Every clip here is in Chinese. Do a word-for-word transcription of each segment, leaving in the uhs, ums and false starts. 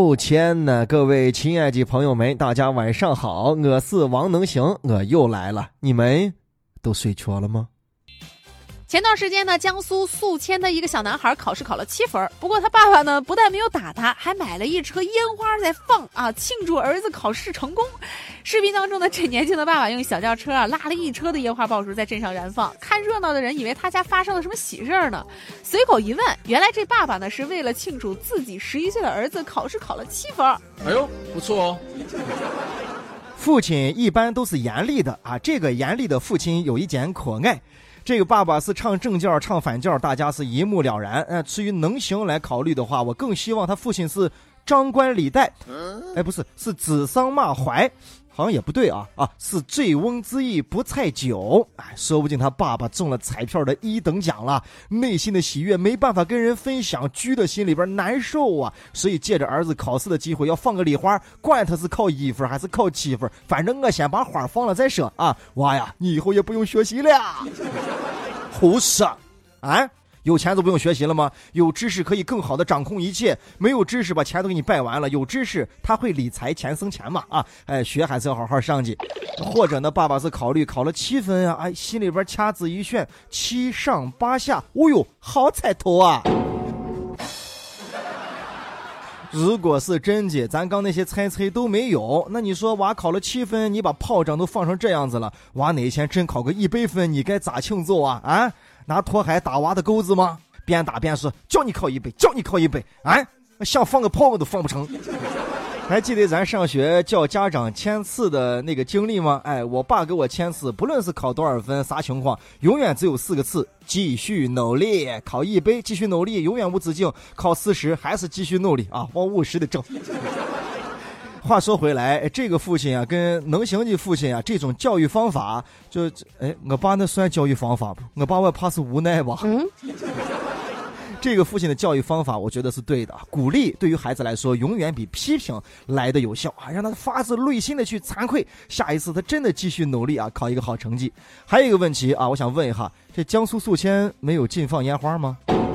哦天哪，各位亲爱的朋友们，大家晚上好，我是王能行，我又来了，你们都睡着了吗？ 前段时间呢，江苏宿迁的一个小男孩考试考了七分，不过他爸爸呢不但没有打他，还买了一车烟花在放啊，庆祝儿子考试成功。视频当中呢，这年轻的爸爸用小轿车啊拉了一车的烟花爆竹在镇上燃放，看热闹的人以为他家发生了什么喜事儿呢，随口一问，原来这爸爸呢是为了庆祝自己十一岁的儿子考试考了七分。 哎呦，不错哦。 父亲一般都是严厉的啊，这个严厉的父亲有一点可爱。这个爸爸是唱正调唱反调，大家是一目了然。呃，至于能行来考虑的话，我更希望他父亲是张冠李戴，哎，不是，是指桑骂槐，好像也不对啊啊，是醉翁之意不在酒。哎，说不定他爸爸中了彩票的一等奖了，内心的喜悦没办法跟人分享，拘的心里边难受啊，所以借着儿子考试的机会要放个礼花，管他是考一分还是考七分，反正我先把花放了再说啊。娃呀，你以后也不用学习了。胡说啊！有钱就不用学习了吗？有知识可以更好的掌控一切，没有知识把钱都给你败完了，有知识他会理财，钱生钱嘛啊！哎，学还是要好好上去。或者呢，爸爸是考虑考了七分啊，哎，心里边掐指一算，七上八下，哦呦，好彩头啊！如果是真的，咱刚那些猜猜都没有，那你说娃考了七分，你把炮仗都放成这样子了，娃哪天真考个一百分，你该咋庆祝啊？啊，拿拖鞋打娃的钩子吗？边打边说叫你考一百，叫你考一百啊！想放个炮我都放不成。还记得咱上学叫家长签字的那个经历吗？哎，我爸给我签字，不论是考多少分啥情况，永远只有四个字：继续努力。考一百继续努力，永远无止境；考四十还是继续努力啊，往务实的挣。话说回来，这个父亲啊，跟能行的父亲啊，这种教育方法，就哎，我爸那算教育方法不？我爸我怕是无奈吧。嗯。这个父亲的教育方法我觉得是对的，鼓励对于孩子来说永远比批评来的有效啊，让他发自内心的去惭愧，下一次他真的继续努力啊，考一个好成绩。还有一个问题啊，我想问一下，这江苏宿迁没有禁放烟花吗？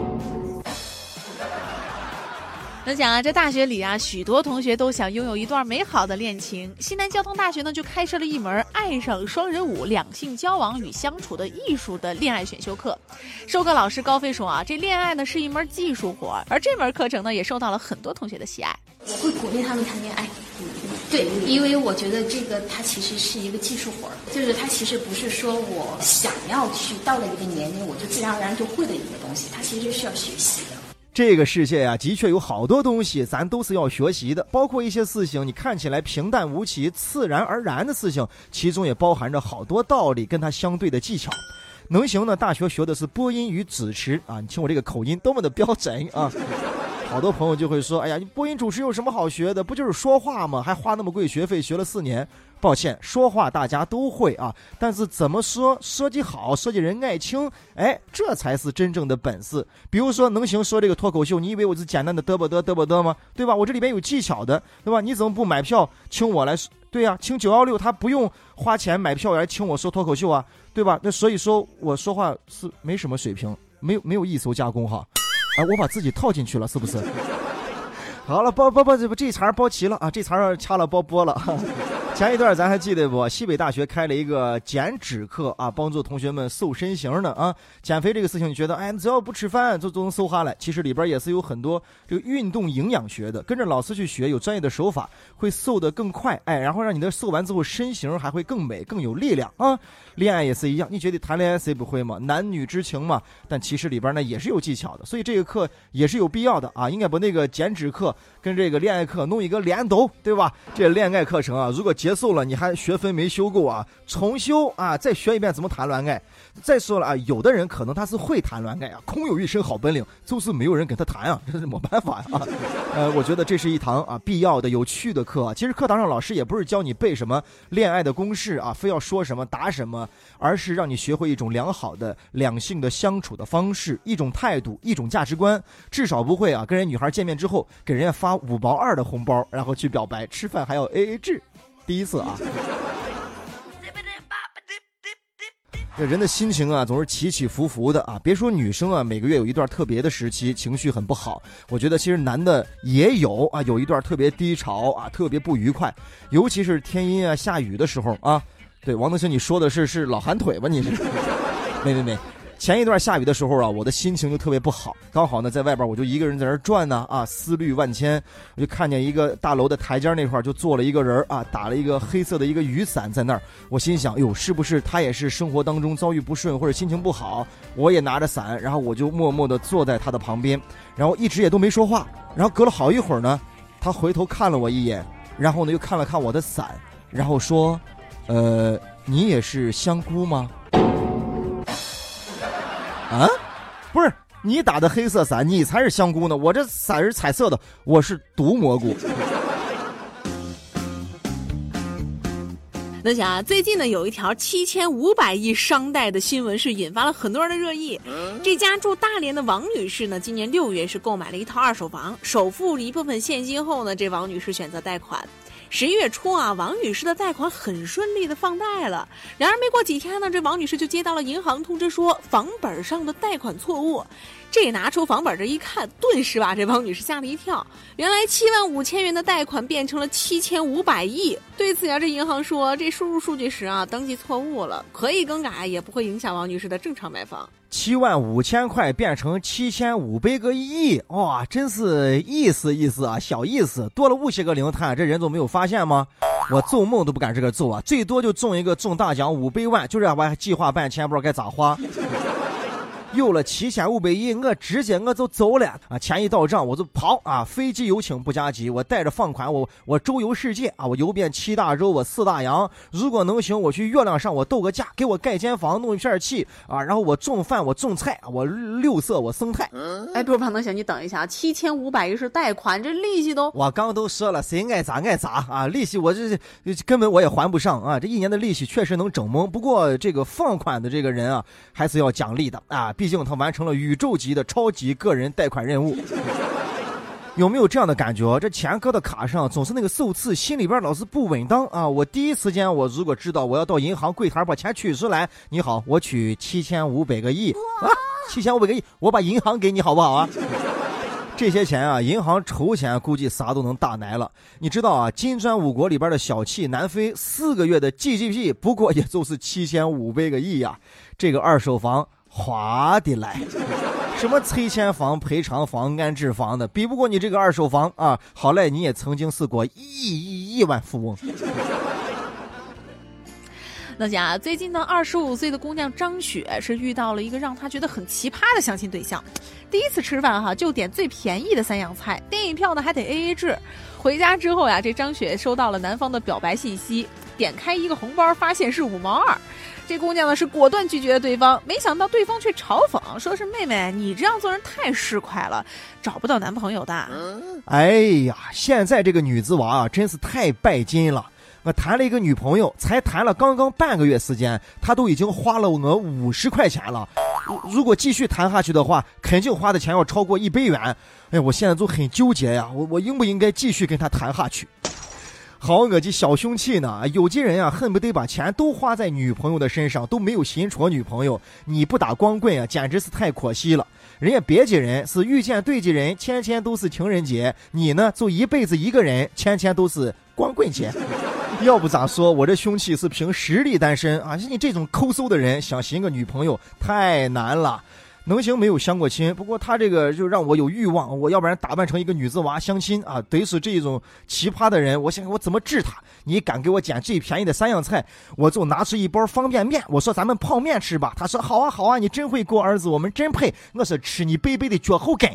能讲啊，这大学里啊，许多同学都想拥有一段美好的恋情。西南交通大学呢，就开设了一门爱上双人舞、两性交往与相处的艺术的恋爱选修课。授课老师高飞说啊，这恋爱呢是一门技术活，而这门课程呢也受到了很多同学的喜爱。 我会鼓励他们谈恋爱，对，因为我觉得这个它其实是一个技术活，就是它其实不是说我想要去到了一个年龄我就自然而然就会的一个东西，它其实是要学习的。 这个世界啊，的确有好多东西咱都是要学习的，包括一些事情你看起来平淡无奇、自然而然的事情，其中也包含着好多道理跟它相对的技巧。能行呢，大学学的是播音与主持啊，你听我这个口音多么的标准啊！好多朋友就会说，哎呀，你播音主持有什么好学的？不就是说话吗？还花那么贵学费，学了四年。抱歉，说话大家都会啊，但是怎么说，说的好，说的人爱听，哎，这才是真正的本事。比如说能行说这个脱口秀，你以为我是简单的嘚啵嘚嘚啵嘚吗？对吧？我这里边有技巧的，对吧？你怎么不买票请我来？对呀、啊，请九一六他不用花钱买票来请我说脱口秀啊，对吧？那所以说我说话是没什么水平，没有没有艺术加工哈。啊，我把自己套进去了，是不是？好了，包包包这这茬包齐了啊，这茬掐了包播了。前一段咱还记得不？西北大学开了一个减脂课啊，帮助同学们瘦身形的啊。减肥这个事情，你觉得哎，只要不吃饭就都能瘦下来？其实里边也是有很多这个运动营养学的，跟着老师去学，有专业的手法，会瘦得更快，哎，然后让你的瘦完之后身形还会更美、更有力量啊。恋爱也是一样，你觉得谈恋爱谁不会吗？男女之情嘛，但其实里边呢也是有技巧的，所以这个课也是有必要的啊。应该把那个减脂课跟这个恋爱课弄一个联动，对吧？这恋爱课程啊，如果结束了你还学分没修够啊，重修啊，再学一遍怎么谈恋爱。再说了啊，有的人可能他是会谈恋爱啊，空有一身好本领，就是没有人跟他谈啊，这是没办法呀、啊。呃，我觉得这是一堂啊必要的、有趣的课啊。其实课堂上老师也不是教你背什么恋爱的公式啊，非要说什么答什么，而是让你学会一种良好的两性的相处的方式，一种态度，一种价值观。至少不会啊，跟人女孩见面之后给人家发五毛二的红包，然后去表白，吃饭还要 A A 制。第一次啊。 这人的心情啊，总是起起伏伏的啊。别说女生啊，每个月有一段特别的时期，情绪很不好。我觉得其实男的也有啊，有一段特别低潮啊，特别不愉快。尤其是天阴啊、下雨的时候啊。对，王德兴，你说的是是老寒腿吧？你是？没没没。前一段下雨的时候啊，我的心情就特别不好。刚好呢，在外边我就一个人在那儿转呢，啊，思虑万千。我就看见一个大楼的台阶那块就坐了一个人啊，打了一个黑色的一个雨伞在那儿。我心想，哟，是不是他也是生活当中遭遇不顺或者心情不好？我也拿着伞，然后我就默默地坐在他的旁边，然后一直也都没说话。然后隔了好一会儿呢，他回头看了我一眼，然后呢又看了看我的伞，然后说：“呃，你也是香菇吗？”啊，不是你打的黑色伞，你才是香菇呢。我这伞是彩色的，我是毒蘑菇。 那想啊，最近呢有一条七千五百亿商贷的新闻是引发了很多人的热议。这家住大连的王女士呢，今年六月是购买了一套二手房，首付一部分现金后呢，这王女士选择贷款。十一月初啊，王女士的贷款很顺利的放贷了。然而没过几天呢，这王女士就接到了银行通知说房本上的贷款错误。这拿出房本这一看，顿时把这王女士吓了一跳。原来七万五千元的贷款变成了七千五百亿。对此呀，这银行说这输入数据时啊登记错误了，可以更改，也不会影响王女士的正常买房。 七万五千块变成七千五百个亿，哇，真是意思意思啊，小意思，多了五些个零摊，这人都没有发现吗？我做梦都不敢这个做啊，最多就中一个中大奖五百万，就这我还计划办钱不知道该咋花。有了七千五百亿，我直接我就走了啊！钱一到账我就跑啊！飞机有请不加急，我带着放款，我我周游世界啊！我游遍七大洲，我四大洋，如果能行，我去月亮上我斗个架，给我盖间房，弄一片气啊！然后我种饭，我种菜，我六色，我生态。 哎，不是庞能行，你等一下，七千五百亿是贷款，这利息都…… 我刚都说了，谁爱咋爱咋啊！利息我这根本我也还不上啊！这一年的利息确实能整懵，不过这个放款的这个人啊，还是要奖励的啊！毕竟他完成了宇宙级的超级个人贷款任务。有没有这样的感觉？这钱搁到卡上总是那个数字心里边老是不稳当啊！我第一时间我如果知道我要到银行柜台把钱取出来，你好，我取七千五百个亿啊，七千五百个亿，我把银行给你好不好啊？这些钱啊，银行筹钱估计啥都能大来了。你知道啊，金砖五国里边的小气南非四个月的 G D P 不过也就是七千五百个亿呀、啊，这个二手房划得来，什么拆迁房、赔偿房、安置房的，比不过你这个二手房啊！好赖你也曾经是过亿亿亿万富翁。 那讲最近呢，二十五岁的姑娘张雪是遇到了一个让她觉得很奇葩的相亲对象。第一次吃饭哈，就点最便宜的三样菜，电影票呢还得 A A 制。回家之后呀，这张雪收到了男方的表白信息，点开一个红包，发现是五毛二。这姑娘呢是果断拒绝了对方，没想到对方却嘲讽，说是妹妹，你这样做人太市侩了，找不到男朋友的。 哎呀，现在这个女子娃啊，真是太拜金了。我谈了一个女朋友，才谈了刚刚半个月时间，她都已经花了我五十块钱了。如果继续谈下去的话，肯定花的钱要超过一百元。哎，我现在就很纠结呀，我我应不应该继续跟她谈下去？好，我这小凶器呢，有的人啊，恨不得把钱都花在女朋友的身上，都没有心戳女朋友。你不打光棍啊，简直是太可惜了。人家别的人是遇见对的人，天天都是情人节，你呢，就一辈子一个人，天天都是光棍节。要不咋说，我这凶器是凭实力单身啊！像你这种抠搜的人，想寻个女朋友太难了。能行没有相过亲，不过他这个就让我有欲望，我要不然打扮成一个女子娃相亲啊！得是这种奇葩的人，我想我怎么治他？你敢给我捡最便宜的三样菜，我就拿出一包方便面，我说咱们泡面吃吧。他说好啊好啊，你真会过儿子，我们真配。我说吃你贝贝的脚后跟。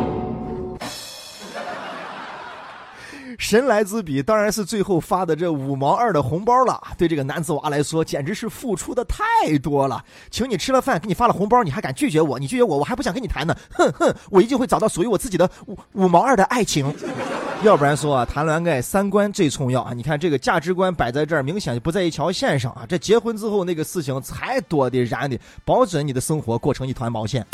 神来之笔当然是最后发的这五毛二的红包了，对这个男子娃来说简直是付出的太多了。请你吃了饭，给你发了红包，你还敢拒绝我？你拒绝我，我还不想跟你谈呢。哼哼，我一定会找到属于我自己的五五毛二的爱情。要不然说啊，谈恋爱三观最重要啊！你看这个价值观摆在这儿，明显不在一条线上啊。这结婚之后那个事情才多的燃的，保准你的生活过成一团毛线。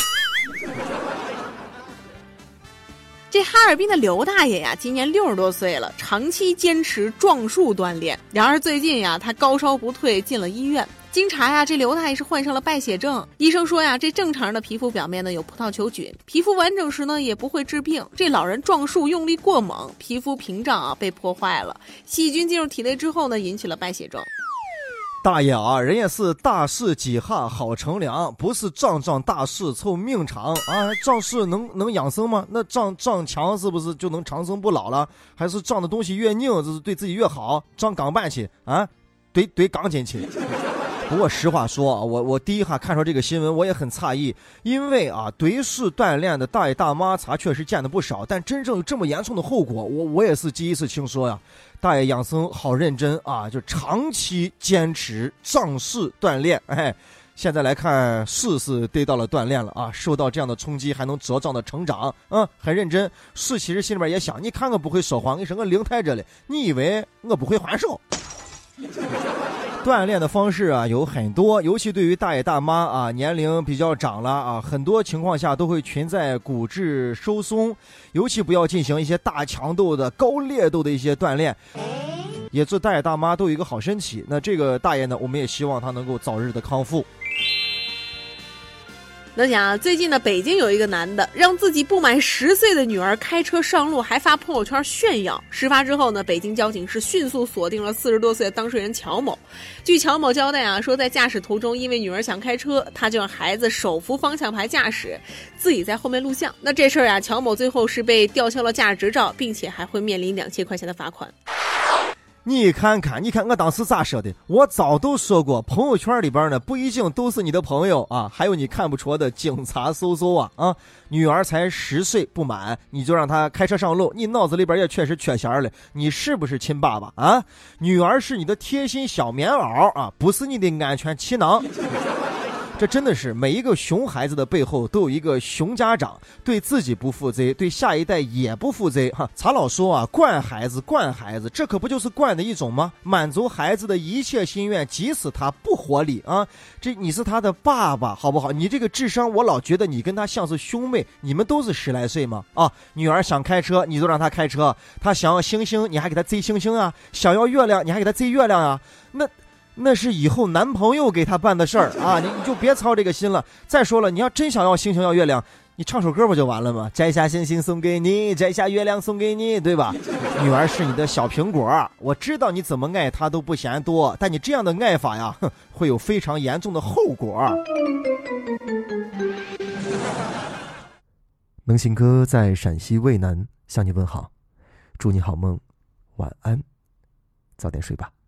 这哈尔滨的刘大爷呀，今年六十多岁了，长期坚持撞树锻炼。然而最近呀，他高烧不退，进了医院。 经查呀，这刘大爷是患上了败血症。医生说呀，这正常的皮肤表面呢有葡萄球菌，皮肤完整时呢也不会治病。这老人撞树用力过猛，皮肤屏障啊被破坏了，细菌进入体内之后呢，引起了败血症。 大爷啊，人家是大事几下好乘凉，不是仗仗大事凑命长啊！仗势能能养生吗？那仗仗强是不是就能长生不老了？还是仗的东西越硬，这是对自己越好？仗钢板去啊，怼怼钢筋去。不过实话说啊，我我第一下看到这个新闻，我也很诧异，因为啊，怼式锻炼的大爷大妈咱确实见得不少，但真正有这么严重的后果，我我也是第一次听说呀。大爷养生好认真啊，就长期坚持仗势锻炼，哎，现在来看是是得到了锻炼了啊，受到这样的冲击还能茁壮的成长，嗯，很认真。是其实心里边也想，你看我不会说谎，你是我灵台着嘞，你以为我不会还手？锻炼的方式啊有很多，尤其对于大爷大妈啊，年龄比较长了啊，很多情况下都会存在骨质疏松，尤其不要进行一些大强度的高烈度的一些锻炼，也祝大爷大妈都有一个好身体。那这个大爷呢，我们也希望他能够早日的康复。 能想啊，最近呢，北京有一个男的让自己不满十岁的女儿开车上路，还发朋友圈炫耀。事发之后呢，北京交警是迅速锁定了四十多岁的当事人乔某。据乔某交代啊，说在驾驶途中，因为女儿想开车，他就让孩子手扶方向盘驾驶，自己在后面录像。那这事儿啊，乔某最后是被吊销了驾驶执照，并且还会面临两千块钱的罚款。 你看看，你看我当时咋说的？我早都说过，朋友圈里边呢不一定都是你的朋友啊，还有你看不着的警察搜搜啊啊！女儿才十岁不满，你就让她开车上路，你脑子里边也确实缺弦了。你是不是亲爸爸啊？女儿是你的贴心小棉袄啊，不是你的安全气囊。这真的是每一个熊孩子的背后都有一个熊家长，对自己不负责，对下一代也不负责哈。咱老说啊，惯孩子惯孩子，这可不就是惯的一种吗？满足孩子的一切心愿，即使他不合理啊，这你是他的爸爸好不好？你这个智商，我老觉得你跟他像是兄妹，你们都是十来岁吗？啊，女儿想开车，你就让她开车；她想要星星，你还给她追星星啊；想要月亮，你还给她追月亮啊。那那是以后男朋友给他办的事儿啊，你你就别操这个心了。再说了，你要真想要星星要月亮，你唱首歌不就完了吗？摘下星星送给你，摘下月亮送给你，对吧？女儿是你的小苹果，我知道你怎么爱她都不嫌多，但你这样的爱法呀，哼，会有非常严重的后果。 能行哥在陕西渭南向你问好，祝你好梦，晚安，早点睡吧。